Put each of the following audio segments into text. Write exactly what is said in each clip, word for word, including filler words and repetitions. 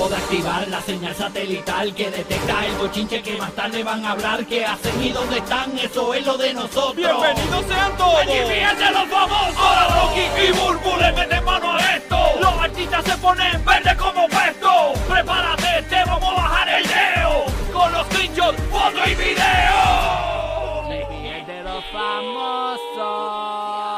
momento de activar la señal satelital que detecta el bochinche que más tarde van a hablar. ¿Qué hacen y dónde están? Eso es lo de nosotros. ¡Bienvenidos sean todos! ¡Allí fíjense los famosos! Ahora Rocky y Burbu le meten mano a esto. Los artistas se ponen verde como puesto. Prepárate, te vamos a bajar el leo con los screenshots, foto y video. De los famosos.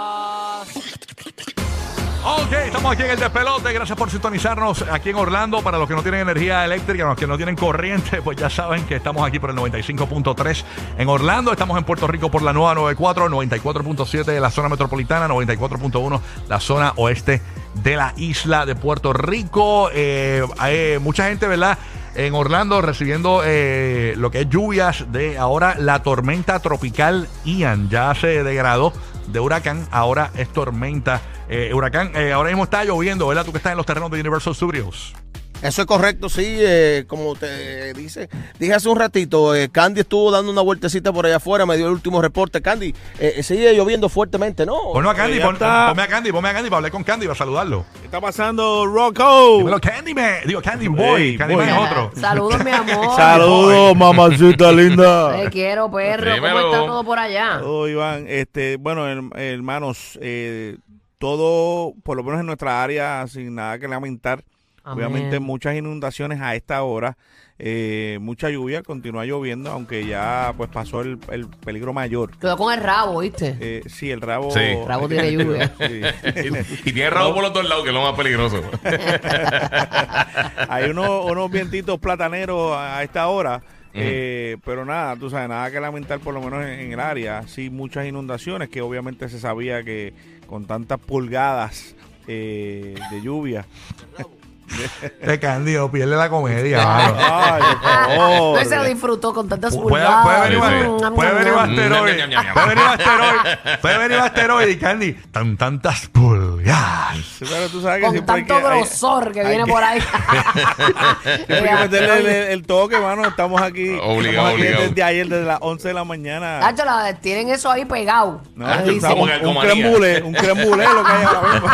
Ok, estamos aquí en el despelote. Gracias por sintonizarnos aquí en Orlando. Para los que no tienen energía eléctrica, los que no tienen corriente, pues ya saben que estamos aquí por el noventa y cinco punto tres en Orlando. Estamos en Puerto Rico por la nueva noventa y cuatro, noventa y cuatro punto siete de la zona metropolitana, noventa y cuatro punto uno la zona oeste de la isla de Puerto Rico. Eh, hay mucha gente, ¿verdad?, en Orlando recibiendo eh, lo que es lluvias de ahora la tormenta tropical Ian. Ya se degradó de huracán, ahora es tormenta. Eh, huracán, eh, ahora mismo está lloviendo, ¿verdad? Tú que estás en los terrenos de Universal Studios. Eso es correcto, sí, eh, como te dice, dije hace un ratito, eh, Candy estuvo dando una vueltecita por allá afuera, me dio el último reporte. Candy, eh, sigue lloviendo fuertemente, ¿no? Ponme a Candy, Eh, pon, está. ponme a Candy, ponme a Candy para hablar con Candy, para saludarlo. ¿Qué está pasando, Rocco? Dímelo, Candy Man, digo Candy Boy, Hey, Candy boy. Man es otro. Saludos, mi amor. Saludos, mamacita linda. Te quiero, perro. ¿Cómo está todo por allá? Oh, Iván, este, bueno, her- hermanos, eh, todo, por lo menos en nuestra área, sin nada que lamentar. Amén. Obviamente muchas inundaciones a esta hora, eh, mucha lluvia, continúa lloviendo, aunque ya pues pasó el, el peligro mayor. Quedó con el rabo, ¿viste? Eh, sí, el rabo... Sí. El rabo tiene lluvia. Sí. Y tiene rabo por los dos lados, que es lo más peligroso. Hay unos, unos vientitos plataneros a esta hora, eh, pero nada, tú sabes, nada que lamentar por lo menos en, en el área. Sí, muchas inundaciones que obviamente se sabía que con tantas pulgadas eh, de lluvia... Este Candy no pierde la comedia, mano. Ay, por favor. No se lo disfrutó con tantas Puede, pulgadas. puede venir, Sí, un- Mm, puede mm, venir un mm. asteroide, Ñam, ñam, ñam, ñam. puede venir un asteroide, puede venir un asteroide y Candy, tan tantas pulgadas. Sí, pero tú sabes que Con siempre hay tanto que, hay- grosor que hay viene que- por ahí. siempre hay que meterle el, el- el toque, mano. Estamos aquí, Obligado, estamos aquí obligado. desde ayer, desde las once de la mañana. Nacho, la- tienen eso ahí pegado. No, Ah, Le dicen. estamos un, en un calcomanía. crembule, un crembule lo que hay ahora mismo.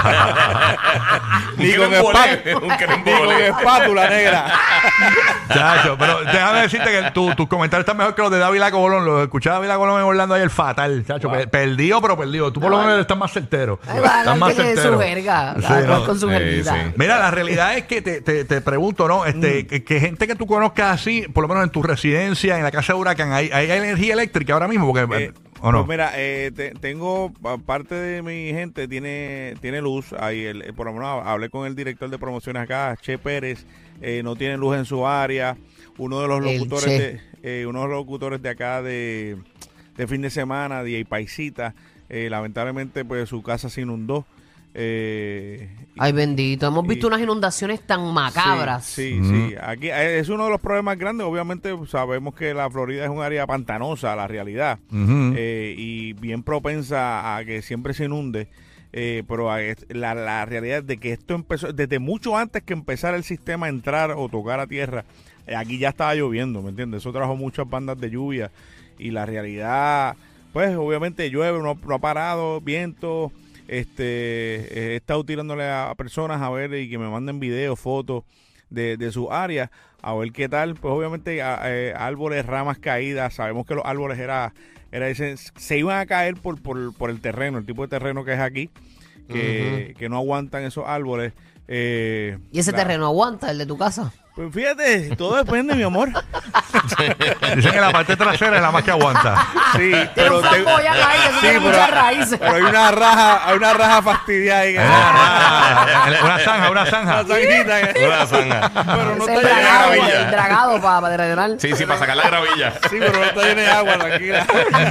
Ni con crembole, espátula, un ni con crembole. espátula negra. Chacho, pero déjame decirte que tu- tus comentarios están mejor que los de Dávila Colón. Los escuché a Dávila Colón en Orlando ayer fatal, chacho. Pe- Perdido, pero perdido. Tú por lo menos estás más certero. Ahí va, Estás más tiene su certero. jerga. Sí, Cada cual no. con su Sí, jerguita. sí. Mira, la realidad es que te, te, te pregunto, ¿no? Este, que, que gente que tú conozcas así, por lo menos en tu residencia, en la casa de Huracán, ¿hay, hay energía eléctrica ahora mismo? Porque, Eh, ¿o no? Pues mira, eh, te- tengo pa- parte de mi gente tiene tiene luz. Ahí el, el- por lo menos hablé con el director de promociones acá, Che Pérez. Eh, no tiene luz en su área. Uno de los El locutores Che. de eh, uno de los locutores de acá de, de fin de semana, D J Paisita, eh, lamentablemente pues su casa se inundó. Eh, Ay, bendito. Hemos visto Y- unas inundaciones tan macabras. Sí, sí, sí. Aquí eh, es uno de los problemas grandes. Obviamente sabemos que la Florida es un área pantanosa, la realidad, Ujú. eh, y bien propensa a que siempre se inunde. Eh, pero a est- la, la realidad es de que esto empezó desde mucho antes que empezara el sistema a entrar o tocar a tierra. Eh, aquí ya estaba lloviendo, ¿me entiendes? Eso trajo muchas bandas de lluvia y la realidad, pues obviamente llueve, no, no ha parado, viento. Este, eh, he estado tirándole a, a personas a ver y que me manden videos, fotos de, de su área, a ver qué tal. Pues obviamente a- eh, árboles, ramas caídas, sabemos que los árboles era, era ese- se iban a caer por, por, por el terreno, el tipo de terreno que es aquí, que, que no aguantan esos árboles. Eh, ¿Y ese la- terreno aguanta, el de tu casa? Pues fíjate, todo depende, mi amor. Dicen que la parte trasera es la más que aguanta. Sí, Tiene pero un flamboyán ahí, que eso tiene muchas raíces. pero hay una raja, hay una raja fastidiada ahí. que- Ah, una zanja, una zanja. Una zanjita que- Una zanja. pero no Ese está llena de dragado, gravilla. el dragado para drenar. Sí, sí, para sacar la gravilla. Sí, pero no está llena de agua, tranquila.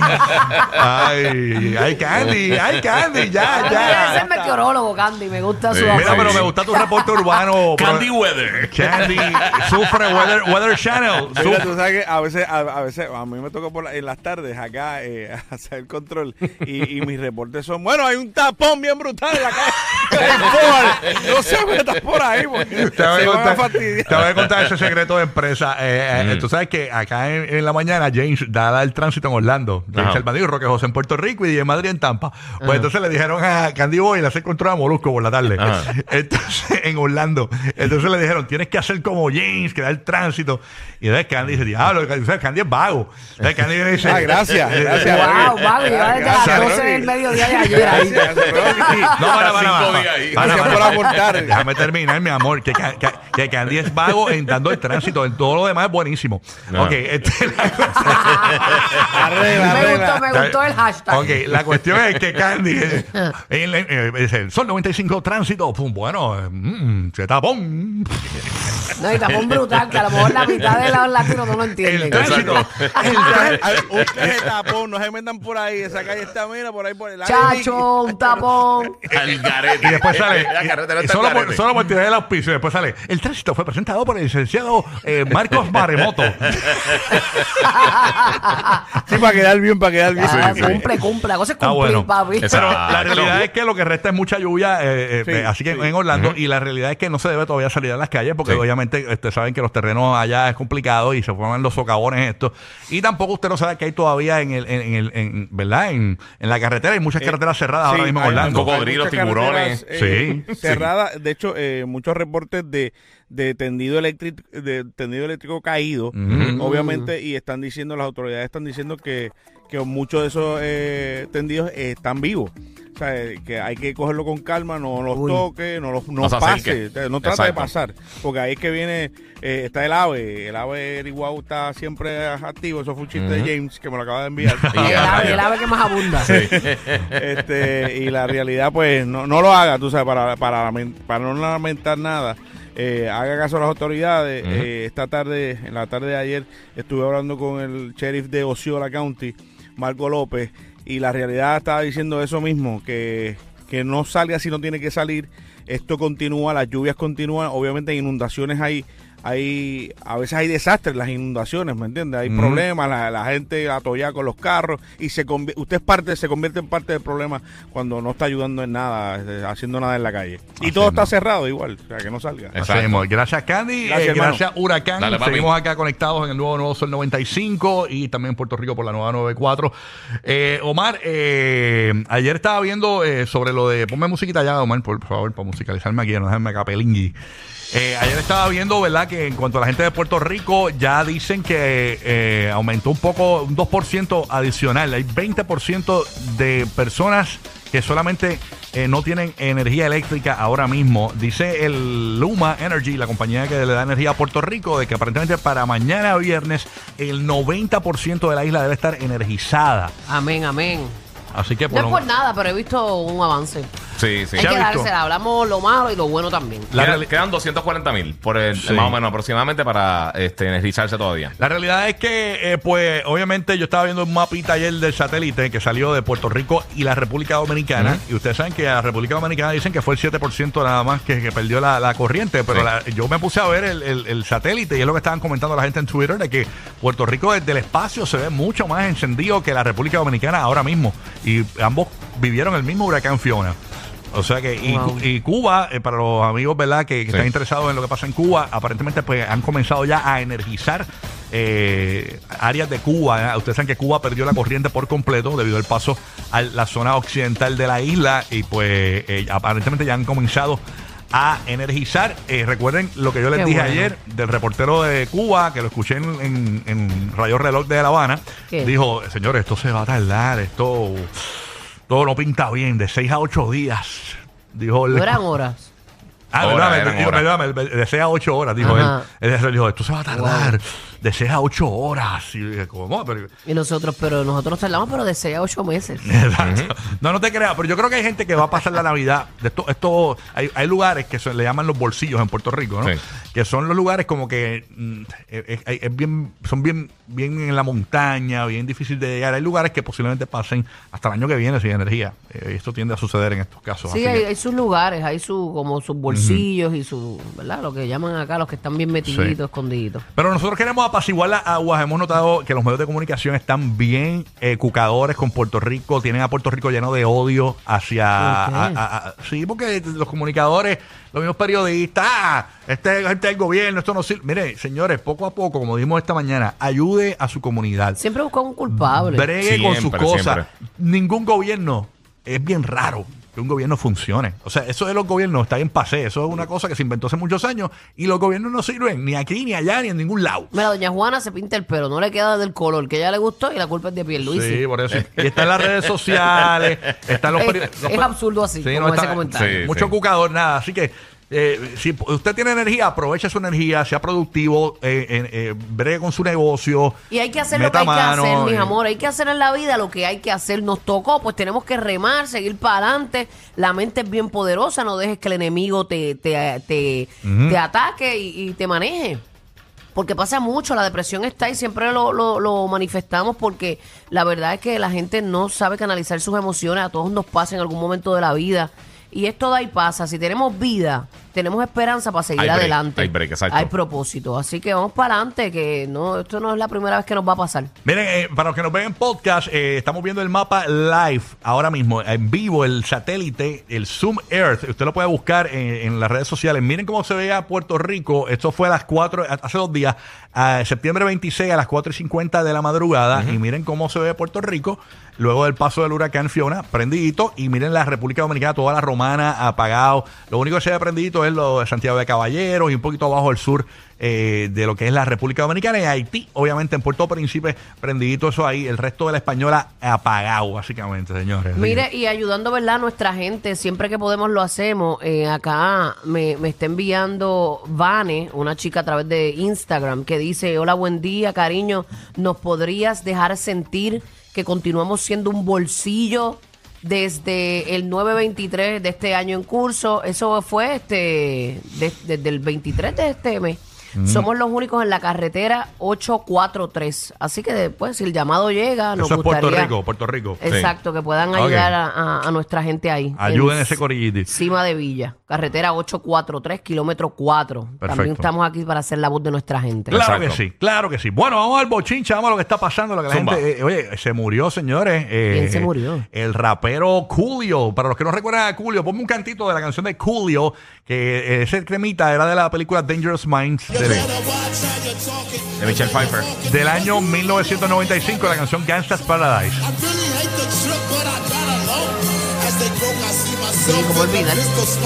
Ay, ay, Candy, ay, Candy, ya, Ese es ya. el meteorólogo, Candy. Me gusta su Sí, apoyo. Mira, pero me gusta tu reporte urbano. pero- Candy Weather. Candy sufre Weather, Weather Channel. Mira, Sufre- tú sabes que a veces, a, a veces, a mí me toca por la- en las tardes acá eh, hacer el control y, y mis reportes son, bueno, hay un tapón bien brutal en la calle. No se metas por ahí porque Te voy, se a van a contar, fastidiar. te voy a contar ese secreto de empresa. Eh, eh, Mm. Tú sabes que acá en, en la mañana James da el tránsito en Orlando. James Ajá. el bandido, Roque José en Puerto Rico y D J Madrid en Tampa. Pues entonces le dijeron a Candy Boy le hacer control a Molusco por la tarde. Ajá. Entonces, en Orlando. Entonces le dijeron, tienes que hacer como James, que da el tránsito. Y entonces Candy dice, diablo, Candy es vago. Entonces Candy me dice, Ah, gracias, gracias. Wow, wow, lleva desde las Gracias, doce del mediodía de ayer ahí. Gracias, Rocky. No, para, para, Cinco para, días ahí. para, Gracias para, por para. aportar. Déjame terminar, mi amor. Que, que, que- que Candy es vago en dando el tránsito. En todo lo demás es buenísimo. No. Ok, este, la, Arregla, Me arregla. gustó, me gustó el hashtag. ok, la cuestión es que Candy eh, en- en- eh, dice, son noventa y cinco tránsito. Pum, bueno, eh, mm, se tapón. No, y tapón brutal, que a lo mejor la mitad de los latinos no lo El entienden. tránsito. Exacto. el A tránsito. ver, ustedes tapón, no se metan por ahí. Esa calle está, mira, por ahí por el Chacho, un tapón. Al garete. Y después sale, La carretera y está solo, al por, garete. solo por tirar el auspicio, y después sale, el tránsito fue presentado por el licenciado eh, Marcos Maremoto. Sí, para quedar bien, para quedar bien. Ah, sí. cumple, cumple. La cosa es Ah, cumplir, bueno. papi. Exacto. Pero Ah, la realidad no. es que lo que resta es mucha lluvia, eh, eh, Sí, eh, así que sí. en Orlando, y la realidad es que no se debe todavía salir a las calles, porque Sí. obviamente ustedes saben que los terrenos allá es complicado y se forman los socavones estos, y tampoco usted no sabe que hay todavía en el, en, en el en, ¿verdad? En, en la carretera, hay muchas carreteras cerradas ahora Sí, mismo en hay Orlando. un cocodrilos, muchas tiburones. carreteras, eh, Sí. cerradas. De hecho, eh, muchos reportes de, de tendido eléctrico de tendido eléctrico caído, Ujú. obviamente, y están diciendo, las autoridades están diciendo que, que muchos de esos eh, tendidos eh, están vivos. O sea, eh, que hay que cogerlo con calma, no los Uy. toque, no los no, No se pase, acerque. o sea, no trate de Exacto. pasar, porque ahí es que viene, eh, está el ave, el ave Eriguau está siempre activo, eso fue un chiste de James que me lo acaba de enviar. Y El ya, ave, ya. el ave que más abunda. este y la realidad pues no, no lo haga, tú sabes, para, para, lamen- para no lamentar nada. Eh, haga caso a las autoridades. Ujú. Eh, esta tarde, en la tarde de ayer, estuve hablando con el sheriff de Osceola County, Marco López, y la realidad estaba diciendo eso mismo, que, que no salga si no tiene que salir. Esto continúa, las lluvias continúan, obviamente hay inundaciones ahí. Hay, a veces hay desastres, las inundaciones, ¿me entiendes? Hay Ujú. problemas, la, la gente atolla con los carros y se convi- usted es parte, se convierte en parte del problema cuando no está ayudando en nada, eh, haciendo nada en la calle. Y Así todo es, está ¿no? cerrado igual, o sea, que no salga. Así Exacto. mismo. Gracias, Candy. Gracias, Eh, hermano. gracias, Huracán. Dale, papi. Seguimos acá conectados en el nuevo Nuevo Sol noventa y cinco y también en Puerto Rico por la nueva noventa y cuatro. Eh, Omar, eh, ayer estaba viendo eh, sobre lo de. Ponme musiquita ya, Omar, por, por favor, para musicalizarme aquí, no dejarme acá pelingui. Eh, ayer estaba viendo, ¿verdad?, que en cuanto a la gente de Puerto Rico, ya dicen que eh, aumentó un poco, un dos por ciento adicional. Hay veinte por ciento de personas que solamente eh, no tienen energía eléctrica ahora mismo. Dice el Luma Energy, la compañía que le da energía a Puerto Rico, de que aparentemente para mañana viernes el noventa por ciento de la isla debe estar energizada. Amén, amén. Así que No por es lo- por nada, pero he visto un avance. Sí, sí. Hay ¿Se ha que visto? dársela. Hablamos lo malo y lo bueno también. La Quedan, reali- quedan doscientos cuarenta mil por el, Sí. más o menos aproximadamente para este, energizarse todavía. La realidad es que, eh, pues, obviamente yo estaba viendo un mapita ayer del satélite que salió de Puerto Rico y la República Dominicana. Ujú. Y ustedes saben que a la República Dominicana dicen que fue el siete por ciento nada más que, que perdió la, la corriente. Pero Sí. la- yo me puse a ver el, el- el satélite y es lo que estaban comentando la gente en Twitter, de que Puerto Rico desde el espacio se ve mucho más encendido que la República Dominicana ahora mismo. Y ambos vivieron el mismo huracán Fiona. O sea que, y, Wow. y Cuba, eh, para los amigos, ¿verdad?, que, que Sí. están interesados en lo que pasa en Cuba, aparentemente pues han comenzado ya a energizar eh, áreas de Cuba. ¿eh? Ustedes saben que Cuba perdió la corriente por completo debido al paso a la zona occidental de la isla y pues eh, aparentemente ya han comenzado a energizar. Eh, recuerden lo que yo les Qué dije bueno. ayer del reportero de Cuba, que lo escuché en, en, en Radio Reloj de La Habana. ¿Qué? Dijo, señores, esto se va a tardar, esto todo no pinta bien, de seis a ocho días. Dijo el- No eran horas. Ah, Horas, perdóname, eran digo, horas. perdóname, de seis a ocho horas, dijo él. Ajá. Él dijo, esto se va a tardar Wow. de seis a ocho horas. Y yo dije, ¿cómo? Pero, Y nosotros, pero nosotros tardamos, pero de seis a ocho meses. exacto. No, no te creas, pero yo creo que hay gente que va a pasar la Navidad. De esto, esto, hay, hay lugares que se le llaman los bolsillos en Puerto Rico, ¿no? Sí. Que son los lugares como que mm, es, es- es bien, son bien, bien en la montaña, bien difícil de llegar. Hay lugares que posiblemente pasen hasta el año que viene sin energía. Eh, y esto tiende a suceder en estos casos. Sí, Así hay, que- hay sus lugares, hay su, como sus bolsillos y su, ¿verdad? Lo que llaman acá los que están bien metiditos, Sí. escondiditos. Pero nosotros queremos apaciguar las aguas, hemos notado que los medios de comunicación están bien eh, cucadores con Puerto Rico, tienen a Puerto Rico lleno de odio hacia... ¿Por A, qué? a, a, sí, porque los comunicadores, los mismos periodistas, ah, este es gente del gobierno, esto no sirve. Mire, señores, poco a poco, como dijimos esta mañana, ayude a su comunidad. Siempre busca un culpable. Bregue con sus Siempre, cosas. siempre. Ningún gobierno, es bien raro que un gobierno funcione. O sea, eso de los gobiernos está bien pasé. Eso es una cosa que se inventó hace muchos años y los gobiernos no sirven ni aquí, ni allá, ni en ningún lado. Mira, doña Juana se pinta el pelo, no le queda del color que a ella le gustó y la culpa es de Pierluisi. Sí, por eso. Y está en las redes sociales, está en los Es, periódicos. es absurdo así, Sí, como no, ese está- comentario. Sí. Mucho cucador, nada. Así que eh, si usted tiene energía, aproveche su energía, sea productivo, eh, eh, eh, bregue con su negocio. Y hay que hacer lo que meta hay mano, que hacer, mis eh. amores. Hay que hacer en la vida lo que hay que hacer. Nos tocó, pues tenemos que remar, seguir para adelante. La mente es bien poderosa. No dejes que el enemigo te, te, te, Ujú. te ataque y, y te maneje. Porque pasa mucho, la depresión está y siempre lo, lo, lo manifestamos porque la verdad es que la gente no sabe canalizar sus emociones. A todos nos pasa en algún momento de la vida. Y esto da y pasa. Si tenemos vida, tenemos esperanza para seguir Hay break, adelante. hay break, exacto. Hay propósito. Así que vamos para adelante, que no, esto no es la primera vez que nos va a pasar. Miren, eh, para los que nos ven en podcast, eh, estamos viendo el mapa live ahora mismo, en vivo, el satélite, el Zoom Earth. Usted lo puede buscar en, en las redes sociales. Miren cómo se veía Puerto Rico. Esto fue a las cuatro, hace dos días, a septiembre veintiséis a las cuatro y cincuenta de la madrugada. Uh-huh. Y miren cómo se ve Puerto Rico luego del paso del huracán Fiona, prendidito. Y miren la República Dominicana, toda la romana apagado. Lo único que se ve prendidito es lo de Santiago de Caballeros y un poquito abajo al sur eh, de lo que es la República Dominicana y Haití, obviamente en Puerto Príncipe, prendidito eso ahí, el resto de la Española apagado, básicamente, señores. Mire, y ayudando, ¿verdad?, a nuestra gente, siempre que podemos lo hacemos. Eh, acá me, me está enviando Vane, una chica a través de Instagram, que dice: hola, buen día, cariño, ¿nos podrías dejar sentir que continuamos siendo un bolsillo desde el nueve veintitrés de este año en curso? Eso fue este de- desde el veintitrés de este mes. Mm. Somos los únicos en la carretera ocho cuatro tres. Así que después, si el llamado llega, nos Eso es gustaría... Puerto Rico, Puerto Rico. Exacto, que puedan ayudar a, a- a nuestra gente ahí. Ayuden en ese corillito. Cima de Villa, carretera ocho cuatro tres, kilómetro cuatro. Perfecto. También estamos aquí para hacer la voz de nuestra gente. Claro Exacto. que sí, claro que sí. Bueno, vamos al bochincha, vamos a lo que está pasando. Lo que la Zumba. gente, eh, oye, se murió, señores. eh, ¿Quién se murió? El rapero Coolio. Para los que no recuerdan a Coolio, ponme un cantito de la canción de Coolio, que eh, ese cremita era de la película Dangerous Minds de, De Michelle Pfeiffer. del año mil novecientos noventa y cinco, la canción Gangsta's Paradise. Sí, como olvidar.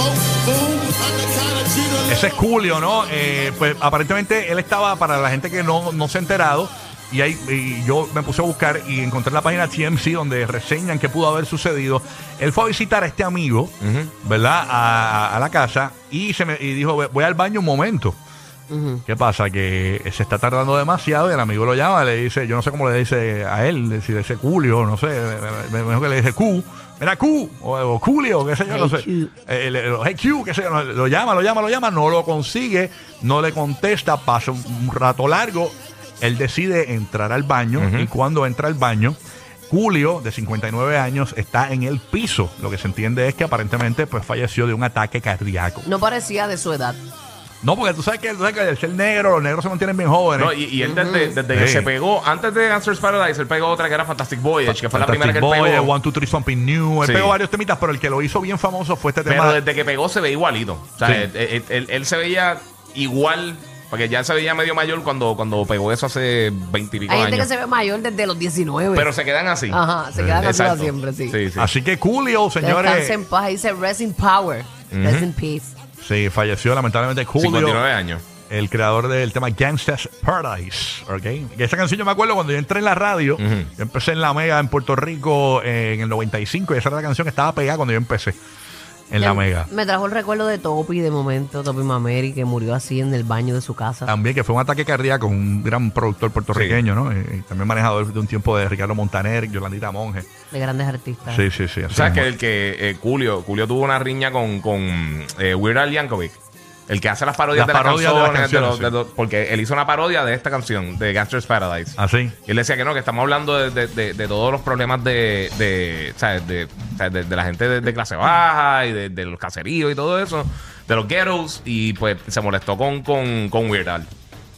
Ese es Coolio, ¿no? Eh, pues aparentemente él estaba, para la gente que no, no se ha enterado, y ahí y yo me puse a buscar y encontré la página T M C donde reseñan qué pudo haber sucedido. Él fue a visitar a este amigo, Ujú. ¿verdad? A, a- a la casa y se me y dijo, voy al baño un momento. Ujú. ¿Qué pasa? Que se está tardando demasiado y el amigo lo llama, le dice, yo no sé cómo le dice a él, si le dice Julio, no sé, me, me, me dijo que le dice Q, mira Q, o, o Julio, qué sé yo, Hey, no sé. Q. Eh, le- hey Q, qué sé yo, no, lo llama, lo llama, lo llama, no lo consigue, no le contesta, pasa un, un rato largo, él decide entrar al baño Ujú. y cuando entra al baño, Julio, de cincuenta y nueve años, está en el piso. Lo que se entiende es que aparentemente pues falleció de un ataque cardíaco. No parecía de su edad. No, porque tú sabes que, tú sabes que al ser negro, los negros se mantienen bien jóvenes. No, y, y él desde, desde que Sí. se pegó, antes de Gangsta's Paradise, él pegó otra que era Fantastic Voyage, que fue la primera que él Fantastic pegó. Boy, One, Two, Three, Something New. Él Sí. pegó varios temitas, pero el que lo hizo bien famoso fue este Pero tema. desde que pegó se ve igualito. O sea, Sí. él, él- él- él se veía igual, porque ya se veía medio mayor cuando, cuando pegó eso hace veinte y pico Hay gente que años. se ve mayor desde los diecinueve. Pero se quedan así. Ajá, se quedan así Exacto. siempre, sí. Sí, sí. Así que Coolio, Descanse señores. en paz, dice rest in power, rest in peace. Sí, falleció lamentablemente Coolio, cincuenta y nueve años. el creador del tema Gangsta's Paradise. ¿Ok? Y esa canción yo me acuerdo cuando yo entré en la radio. Ujú. Yo empecé en la Mega en Puerto Rico eh, en el noventa y cinco. Y esa era la canción que estaba pegada cuando yo empecé en la Me- Mega. Me trajo el recuerdo de Topi de momento, Topi Mameri, que murió así en el baño de su casa. También que fue un ataque cardíaco, un gran productor puertorriqueño, ¿no? Y también manejador de un tiempo de Ricardo Montaner, Yolandita Monge. De grandes artistas. Sí, sí, sí. así ¿Sabes que mismo. el que eh, Julio, Julio tuvo una riña con, con eh, Weird Al Yankovic? El que hace las parodias Las de las parodias de las canciones. de los- canciones, de los- porque él hizo una parodia de esta canción, de Gangsta's Paradise. Así. Y él decía que no, que estamos hablando de, de- de- de todos los problemas de, de, ¿sabes? de, o sea, de- de la gente de, de clase baja y de, de los caseríos y todo eso, de los ghettos, y pues se molestó con, con, con Weird Al.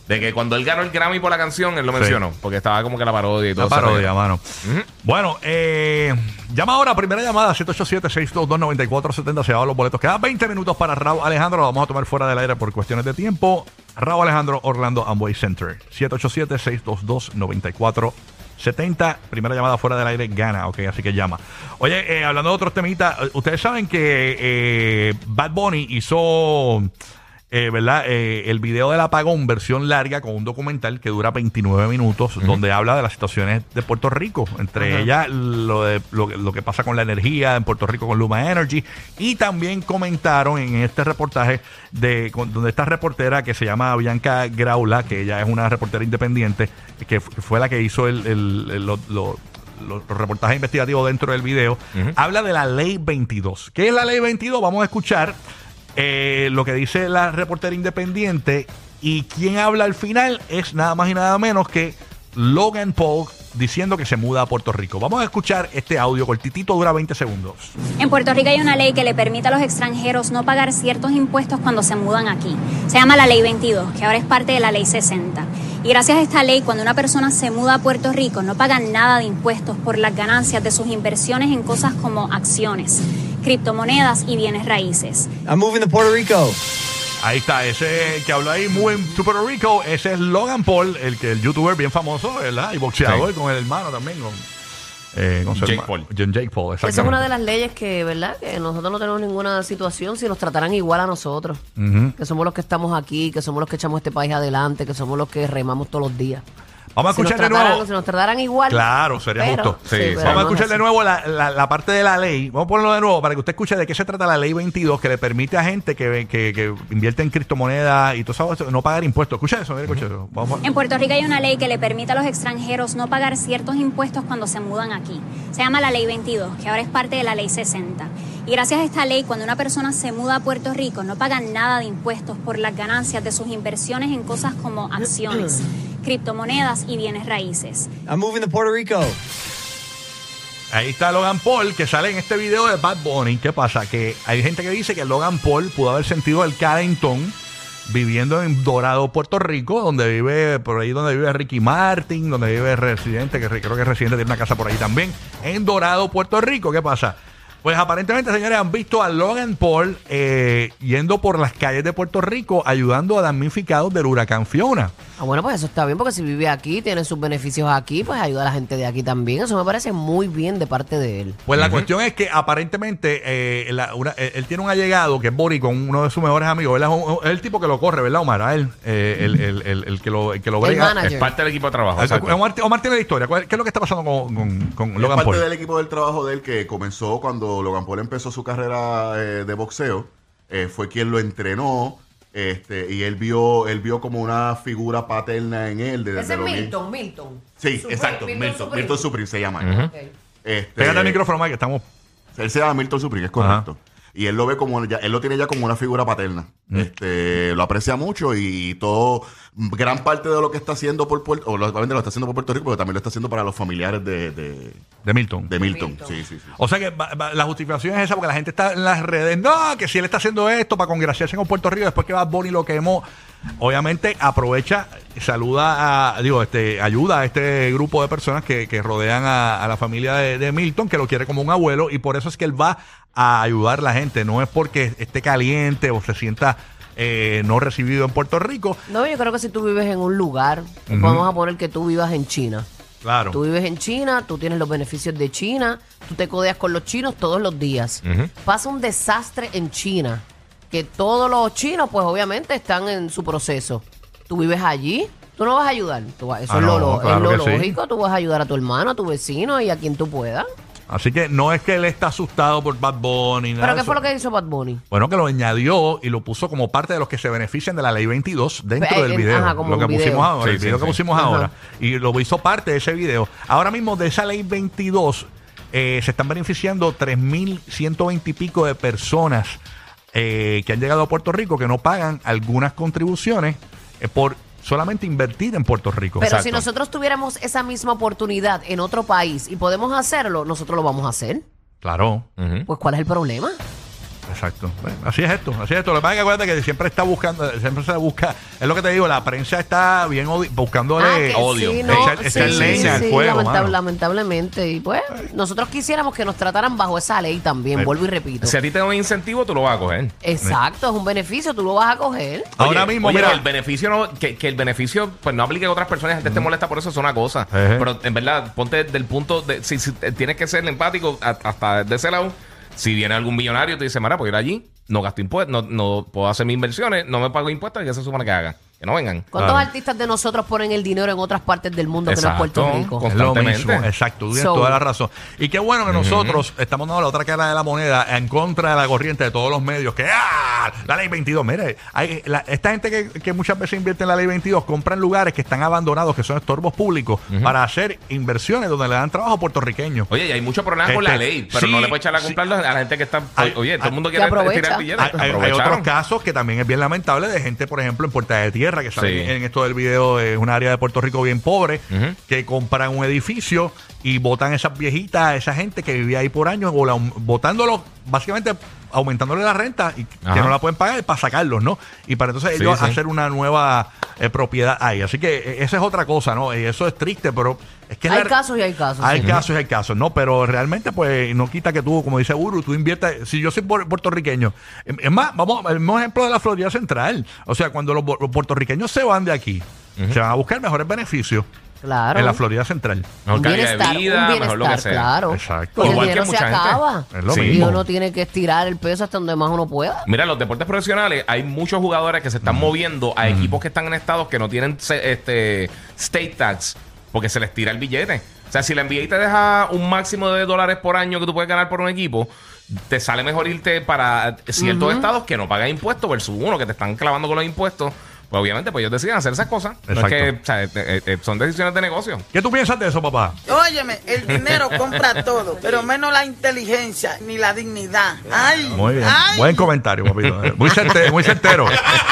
De que cuando él ganó el Grammy por la canción, él lo mencionó. Sí. Porque estaba como que la parodia y todo. La parodia, mano. Uh-huh. Bueno, eh, llama ahora, primera llamada, siete ocho siete, seis dos dos, nueve cuatro siete cero. Se van los boletos. Quedan veinte minutos para Raúl Alejandro. Lo vamos a tomar fuera del aire por cuestiones de tiempo. Raúl Alejandro, Orlando Amway Center. siete ocho siete, seis dos dos, nueve cuatro siete cero. Primera llamada fuera del aire, gana. Ok, así que llama. Oye, eh, hablando de otros temitas, ustedes saben que eh, Bad Bunny hizo... Eh, ¿verdad? Eh, el video del apagón, versión larga, con un documental que dura veintinueve minutos, uh-huh. donde habla de las situaciones de Puerto Rico, entre uh-huh. ellas lo, de, lo, lo que pasa con la energía en Puerto Rico con Luma Energy, y también comentaron en este reportaje de con, donde esta reportera que se llama Bianca Graula, que ella es una reportera independiente, que fue la que hizo el, el, el, lo, lo, los reportajes investigativos dentro del video, uh-huh. habla de la ley veintidós. ¿Qué es la ley veintidós? Vamos a escuchar Eh, lo que dice la reportera independiente, y quien habla al final es nada más y nada menos que Logan Paul diciendo que se muda a Puerto Rico. Vamos a escuchar este audio cortitito, dura veinte segundos. En Puerto Rico hay una ley que le permite a los extranjeros no pagar ciertos impuestos cuando se mudan aquí. Se llama la ley veintidós, que ahora es parte de la ley sesenta. Y gracias a esta ley, cuando una persona se muda a Puerto Rico, no paga nada de impuestos por las ganancias de sus inversiones en cosas como acciones, criptomonedas y bienes raíces. I'm moving to Puerto Rico. Ahí está, ese que habló ahí, muy en Puerto Rico, ese es Logan Paul, el que el youtuber bien famoso, ¿verdad? Y boxeador, sí. con el hermano también, con, eh, con Jake Paul. John Jake Paul, exactamente. Esa es una de las leyes que, ¿verdad? Que nosotros no tenemos ninguna situación si nos trataran igual a nosotros. Uh-huh. Que somos los que estamos aquí, que somos los que echamos este país adelante, que somos los que remamos todos los días. Vamos a si escuchar de trataran, nuevo. Si nos trataran igual. Claro, sería pero, justo. Sí, sí, vamos a escuchar no de nuevo la, la, la parte de la ley. Vamos a ponerlo de nuevo para que usted escuche de qué se trata la ley veintidós, que le permite a gente que, que, que invierte en criptomonedas y todo eso no pagar impuestos. Escucha eso, mira, escucha eso. Vamos a... En Puerto Rico hay una ley que le permite a los extranjeros no pagar ciertos impuestos cuando se mudan aquí. Se llama la ley veintidós, que ahora es parte de la ley sesenta. Y gracias a esta ley, cuando una persona se muda a Puerto Rico, no paga nada de impuestos por las ganancias de sus inversiones en cosas como acciones, criptomonedas y bienes raíces. I'm moving to Puerto Rico. Ahí está Logan Paul, que sale en este video de Bad Bunny. ¿Qué pasa? Que hay gente que dice que Logan Paul pudo haber sentido el calentón viviendo en Dorado, Puerto Rico, donde vive, por ahí donde vive Ricky Martin, donde vive Residente, que creo que Residente tiene una casa por ahí también, en Dorado, Puerto Rico. ¿Qué pasa? Pues aparentemente, señores, han visto a Logan Paul eh, yendo por las calles de Puerto Rico ayudando a damnificados del huracán Fiona. Ah, bueno, pues eso está bien, porque si vive aquí, tiene sus beneficios aquí, pues ayuda a la gente de aquí también. Eso me parece muy bien de parte de él. Pues la uh-huh. cuestión es que aparentemente eh, la, una, él tiene un allegado que es Bori, con uno de sus mejores amigos. Él es, un, es el tipo que lo corre, ¿verdad, Omar? A él, eh, el, el, el, el que lo, el que lo brega. Es parte del equipo de trabajo. El, Omar, Omar tiene la historia. ¿Qué es lo que está pasando con, con, con Logan Paul? Es parte del equipo del trabajo de él, que comenzó cuando Logan Paul empezó su carrera eh, de boxeo. Eh, fue quien lo entrenó. Este, y él vio, él vio como una figura paterna en él. De, Ese es Milton, bien. Milton. Sí, Supreme, exacto, Milton Milton, Supreme. Milton Supreme se llama. Uh-huh. Okay. Este, Pégate el micrófono, Mike, que estamos... Él se llama Milton Supreme, es correcto. Uh-huh. Y él lo ve como, ya, él lo tiene ya como una figura paterna. Mm. Este, lo aprecia mucho y todo, gran parte de lo que está haciendo por Puerto, o lo, lo está haciendo por Puerto Rico, pero también lo está haciendo para los familiares de, de, de Milton. De Milton, Milton. sí, sí, sí. O sea que va, va, la justificación es esa, porque la gente está en las redes, no, que si él está haciendo esto para congraciarse con Puerto Rico, después que Bad Bunny lo quemó, obviamente aprovecha, saluda a, digo, este, ayuda a este grupo de personas que, que rodean a, a la familia de, de Milton, que lo quiere como un abuelo, y por eso es que él va a ayudar a la gente. No es porque esté caliente o se sienta eh, no recibido en Puerto Rico. No, yo creo que si tú vives en un lugar, uh-huh. vamos a poner que tú vivas en China. Claro. Tú vives en China, tú tienes los beneficios de China, tú te codeas con los chinos todos los días. Uh-huh. Pasa un desastre en China, que todos los chinos, pues obviamente están en su proceso. Tú vives allí, tú no vas a ayudar. Tú vas, eso ah, es no, lo, claro es lo lógico. Sí. Tú vas a ayudar a tu hermano, a tu vecino y a quien tú puedas. Así que no es que él está asustado por Bad Bunny. ¿Pero qué fue lo que hizo Bad Bunny? Bueno, que lo añadió y lo puso como parte de los que se benefician de la ley veintidós dentro eh, del video. Ajá, como lo que video. pusimos ahora, sí, el video sí, que sí. pusimos Ajá. ahora. Y lo hizo parte de ese video. Ahora mismo de esa ley veintidós eh, se están beneficiando tres mil ciento veinte y pico de personas eh, que han llegado a Puerto Rico que no pagan algunas contribuciones eh, por solamente invertir en Puerto Rico. Pero Exacto. si nosotros tuviéramos esa misma oportunidad en otro país y podemos hacerlo, nosotros lo vamos a hacer. Claro. Uh-huh. Pues ¿cuál es el problema? Exacto. Bueno, así es esto, así es esto. Lo que pasa es que acuérdate que siempre está buscando, siempre se busca, es lo que te digo, la prensa está bien odi- buscándole Ah, que odio. sí, no, Echar- sí, echar sí, leña sí, al fuego, lamentable- mano. lamentablemente. Y pues, nosotros quisiéramos que nos trataran bajo esa ley también, Eh. vuelvo y repito. Si a ti te da un incentivo, tú lo vas a coger. Exacto, es un beneficio, tú lo vas a coger. Ahora Oye, mismo, oye, mira. que el beneficio no, que, que el beneficio pues no aplique a otras personas, la gente te molesta por eso, es una cosa. Ejé. Pero en verdad, ponte del punto de si, si tienes que ser empático a- hasta de ese lado. Si viene algún millonario y te dice, mira, pues ir allí, no gasto impuestos, no, no puedo hacer mis inversiones, no me pago impuestos, ¿y qué se supone que haga? Que no vengan. ¿Cuántos Claro. artistas de nosotros ponen el dinero en otras partes del mundo que no es Exacto. Puerto Rico? Con- Es lo Constantemente. mismo, exacto, tú tienes So- toda la razón. Y qué bueno que nosotros estamos dando la otra cara de la moneda en contra de la corriente de todos los medios. Que ¡ah! La ley veintidós, mire, hay, la- esta gente que, que muchas veces invierte en la ley veintidós compran lugares que están abandonados, que son estorbos públicos, para hacer inversiones donde le dan trabajo a puertorriqueños. Oye, y hay muchos problemas con Este, la ley, pero sí, no le puede echar a sí. comprarlo a la gente que está. Hay- oye, todo el mundo que quiere aprovecha. tirar billetes. Hay, hay- hay Aprovecharon. otros casos que también es bien lamentable de gente, por ejemplo, en Puerta de Tierra, que sale Sí. en esto del video, es un área de Puerto Rico bien pobre, Ujú. que compran un edificio y botan esas viejitas, esa gente que vivía ahí por años, o la, botándolo, básicamente aumentándole la renta y Ajá. que no la pueden pagar para sacarlos, ¿no? Y para entonces Sí, ellos sí. hacer una nueva eh, propiedad ahí. Así que eh, esa es otra cosa, ¿no? Y eso es triste, pero es que es Hay la- casos y hay casos. hay sí. casos y hay casos, ¿no? Pero realmente, pues, no quita que tú, como dice Uru, tú inviertas. Si yo soy puer- puertorriqueño, em- es más, vamos, el mismo ejemplo de la Florida Central. O sea, cuando los, bo- los puertorriqueños se van de aquí, se van a buscar mejores beneficios Claro. en la Florida Central. Mejor Un calidad bienestar, de vida, un mejor lo que bienestar, sea. claro. Exacto. Porque Igual el que dinero se mucha gente. acaba. Es lo Sí. Y mismo. uno tiene que estirar el peso hasta donde más uno pueda. Mira, los deportes profesionales, hay muchos jugadores que se están moviendo a equipos que están en estados que no tienen se- este state tax porque se les tira el billete. O sea, si la N B A te deja un máximo de dólares por año que tú puedes ganar por un equipo, te sale mejor irte para ciertos estados que no pagan impuestos versus uno que te están clavando con los impuestos. Pues obviamente, pues ellos deciden hacer esas cosas. No es Exacto. que, o sea, eh, eh, eh, son decisiones de negocio. ¿Qué tú piensas de eso, papá? Óyeme, el dinero compra todo, pero menos la inteligencia ni la dignidad. Ay, Muy bien. ay. Buen comentario, papito. Muy certero. Muy certero.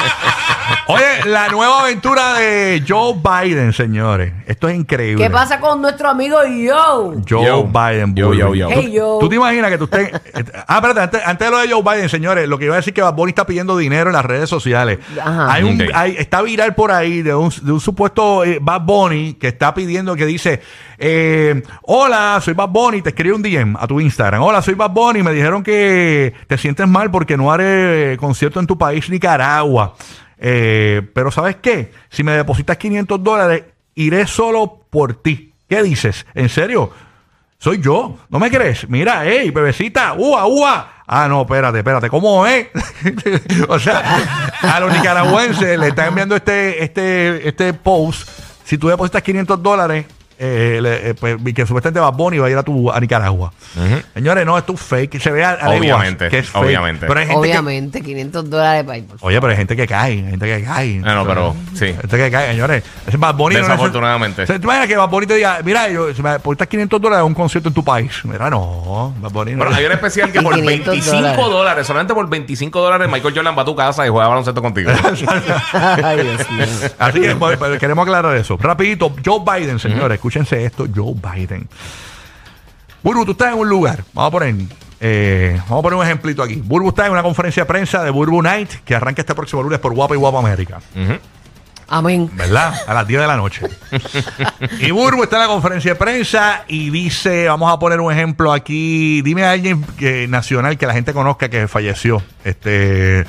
Oye, la nueva aventura de Joe Biden, señores. Esto es increíble. ¿Qué pasa con nuestro amigo Yo? Joe Yo. Biden. Yo, Burbu. yo, yo. Hey, yo. ¿Tú te imaginas que tú estés... ah, espérate, antes, antes de lo de Joe Biden, señores, lo que iba a decir que Bad Bunny está pidiendo dinero en las redes sociales. Ajá. Hay un, Ok. hay- está viral por ahí de un, de un supuesto eh, Bad Bunny que está pidiendo, que dice, eh, hola, soy Bad Bunny, te escribí un D M a tu Instagram. Hola, soy Bad Bunny, me dijeron que te sientes mal porque no haré eh, concierto en tu país, Nicaragua. Eh, pero ¿sabes qué? Si me depositas quinientos dólares, iré solo por ti. ¿Qué dices? ¿En serio? Soy yo, ¿no me crees? Mira, hey, bebecita, ua, ua. Ah, no, espérate, espérate, ¿cómo es? O sea, a los nicaragüenses le están enviando este, este, este post. Si tú depositas quinientos dólares, eh, le- eh, pues, y que supuestamente Bad Bunny va a ir a, tu, a Nicaragua. Señores, no, esto es fake. Se ve a, a leguas Obviamente, que es fake. obviamente. Pero hay gente Obviamente, quinientos dólares para ir. por que, oye, pero hay gente que cae, hay gente que cae. Ah, no, pero sí. Gente que cae, señores. Ese Bad Bunny no es- Desafortunadamente. o sea, ¿tú imaginas que Bad Bunny te diga, mira, yo, si me depositas quinientos dólares a un concierto en tu país? Mira, no, Bad Bunny no. Bueno, hay un especial que por quinientos veinticinco dólares. dólares, solamente por veinticinco dólares, Michael Jordan va a tu casa y juega baloncesto contigo. Ay, Dios mío. Así que bueno, pero queremos aclarar eso. Rapidito, Joe Biden, señores, escúchense esto, Joe Biden. Burbu, tú estás en un lugar, vamos a poner, eh, vamos a poner un ejemplito aquí. Burbu está en una conferencia de prensa de Burbu Night que arranca este próximo lunes por Guapa y Guapa América. Ujú. Amén. ¿Verdad? A las diez de la noche. Y Burbu está en la conferencia de prensa y dice, vamos a poner un ejemplo aquí, dime a alguien que, nacional que la gente conozca que falleció. Este...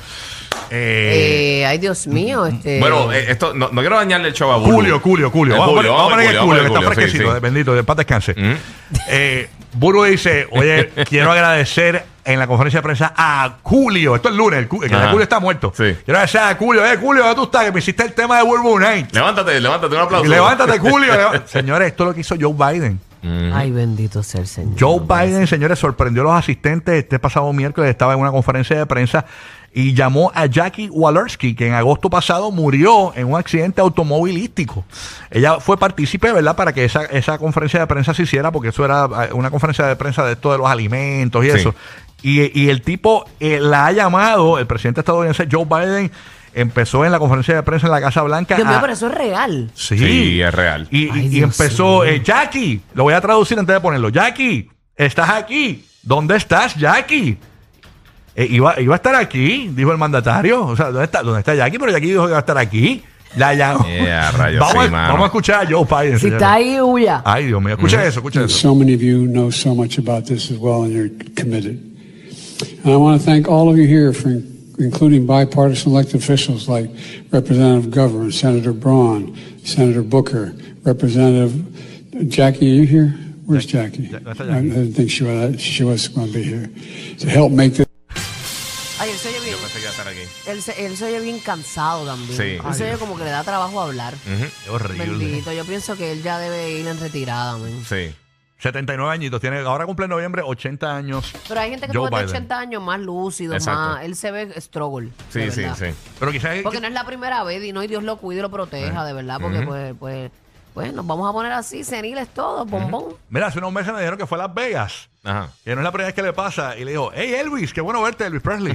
eh, Eh, ay, Dios mío. Este... Bueno, eh, esto no, no quiero dañarle el show a Burbu. Julio, Julio, Julio. Eh, Vamos, a poner- Julio, vamos a poner que Julio, Julio, que Julio, está sí, fresquecito, sí. bendito, de paz descanse. Mm. Eh, Burbu dice, oye, quiero agradecer en la conferencia de prensa a Julio. Esto es lunes, el, Cu- el que Ajá. Julio está muerto. Sí. Quiero agradecer a Julio. Eh, Julio, ¿dónde tú estás? Que me hiciste el tema de Burbu Night. Levántate, levántate, un aplauso. Levántate, Julio. leva- Señores, esto es lo que hizo Joe Biden. Ay, bendito sea el Señor. Joe Biden, señores, sorprendió a los asistentes. Este pasado miércoles estaba en una conferencia de prensa y llamó a Jackie Walorski, que en agosto pasado murió en un accidente automovilístico. Ella fue partícipe, ¿verdad?, para que esa, esa conferencia de prensa se hiciera, porque eso era eh, una conferencia de prensa de esto de los alimentos y Sí. eso. Y, y el tipo eh, la ha llamado, el presidente estadounidense Joe Biden, empezó en la conferencia de prensa en la Casa Blanca. Dios mío, a- pero eso es real. Sí, Sí, es real. Y, Ay, y- y Dios empezó, mío. eh, Jackie, lo voy a traducir antes de ponerlo. Jackie, ¿estás aquí? ¿Dónde estás, Jackie? eh, iba, iba a estar aquí, dijo el mandatario. O sea, ¿dónde está, dónde está Jackie? Pero Jackie dijo que iba a estar aquí. La llamó. Yeah, rayos, vamos, sí, a, vamos a escuchar a Joe Biden. Si está ahí, huya. Ay, Dios mío, escucha mm-hmm. eso, escucha eso. So many of you know so much about this as well, and you're committed. And I want to thank all of you here for including bipartisan elected officials like Representative Governor, Senator Braun, Senator Booker, Representative Jackie. Are you here? Where's Jackie? Jackie? I didn't think she was, she was going to be here to help make this. Ay, él se oye bien. Yo pensé que iba a estar aquí. Él se, él se oye bien cansado también. Sí. Él se oye como que le da trabajo hablar. Uh-huh. Es horrible. Bendito, yo pienso que él ya debe ir en retirada, man. Sí. setenta y nueve añitos, tiene, ahora cumple en noviembre ochenta años. Pero hay gente que Joe después de Biden. ochenta años más lúcido, Exacto. más. Él se ve struggle. Sí, sí, sí. Pero quizás. Porque no es la primera vez y no, y Dios lo cuide y lo proteja, de verdad. Porque, Uh-huh. pues, pues, pues, nos vamos a poner así, seniles todos, bombón. Mira, hace unos meses me dijeron que fue a Las Vegas. Ajá. Que no es la primera vez que le pasa. Y le dijo, hey Elvis, qué bueno verte, Elvis Presley.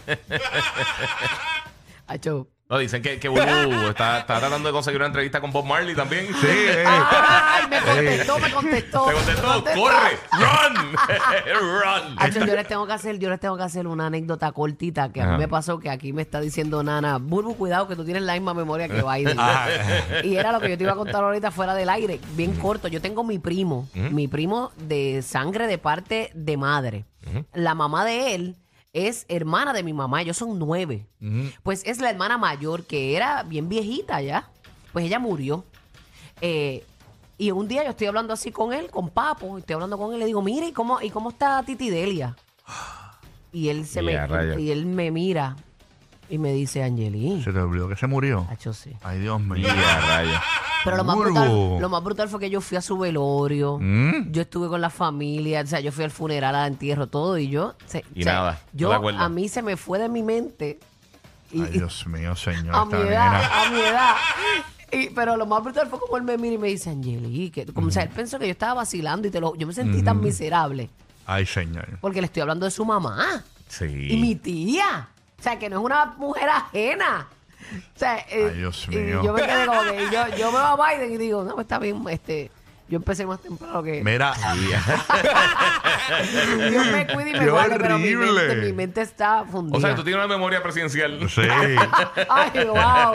Acho. No, dicen que, que Burbu está, está tratando de conseguir una entrevista con Bob Marley también. Sí, eh. Ay, me contestó, me contestó. Te contestó, me contestó. corre, run, run. Acho, yo les tengo que hacer, yo les tengo que hacer una anécdota cortita que a Ajá. mí me pasó, que aquí me está diciendo Nana, Burbu, cuidado que tú tienes la misma memoria que Biden. Y era lo que yo te iba a contar ahorita fuera del aire, bien corto. Yo tengo mi primo, Ujú. mi primo de sangre de parte de madre. Ujú. La mamá de él es hermana de mi mamá, ellos son nueve. Ujú. Pues es la hermana mayor, que era bien viejita ya. Pues ella murió. Eh, y un día yo estoy hablando así con él, con Papo, y estoy hablando con él, y le digo, mire, ¿y cómo, ¿y cómo está Titi Delia? Y él se Yeah, me rayos. y él me mira y me dice, Angeli. Se te olvidó que se murió. Hacho, sí. Ay, Dios mío. Yeah, rayos. Pero lo más, Burbu. brutal, lo más brutal fue que yo fui a su velorio, Mm. yo estuve con la familia, o sea, yo fui al funeral, al entierro, todo, y yo... se- Y o sea, nada, no yo, te acuerdas. a mí se me fue de mi mente. Y, Ay, Dios mío, señor. a mi esta edad, nena. a mi edad. Y, pero lo más brutal fue como él me mira y me dice, Angeli, que, como, o sea, él pensó que yo estaba vacilando y te lo, yo me sentí tan miserable. Ay, señor. Porque le estoy hablando de su mamá Sí. y mi tía. O sea, que no es una mujer ajena. O sea, eh, Ay, Dios y mío. yo me quedé como que yo, yo veo a Biden y digo, no, pues está bien, este, yo empecé más temprano que... Mira. Dios me cuide y me ¡Qué guarde, pero mi horrible! mente, mi mente está fundida. O sea, tú tienes una memoria presidencial. Sí. Ay, wow.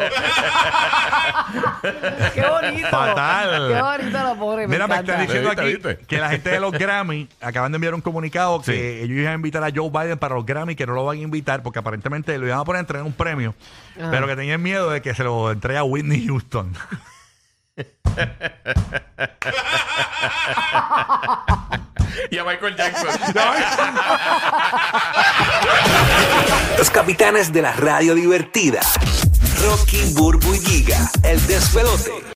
Qué bonito. Fatal. Qué bonito lo pobre. Mira, me encanta. están diciendo ¿Viste, aquí viste? que la gente de los Grammy acaban de enviar un comunicado que Sí. ellos iban a invitar a Joe Biden para los Grammy, que no lo van a invitar porque aparentemente lo iban a poner a entregar un premio, Ajá. pero que tenían miedo de que se lo entregue a Whitney Houston. Y a Michael Jackson. Los capitanes de la radio divertida. Rocky, Burbu y Giga, el despelote.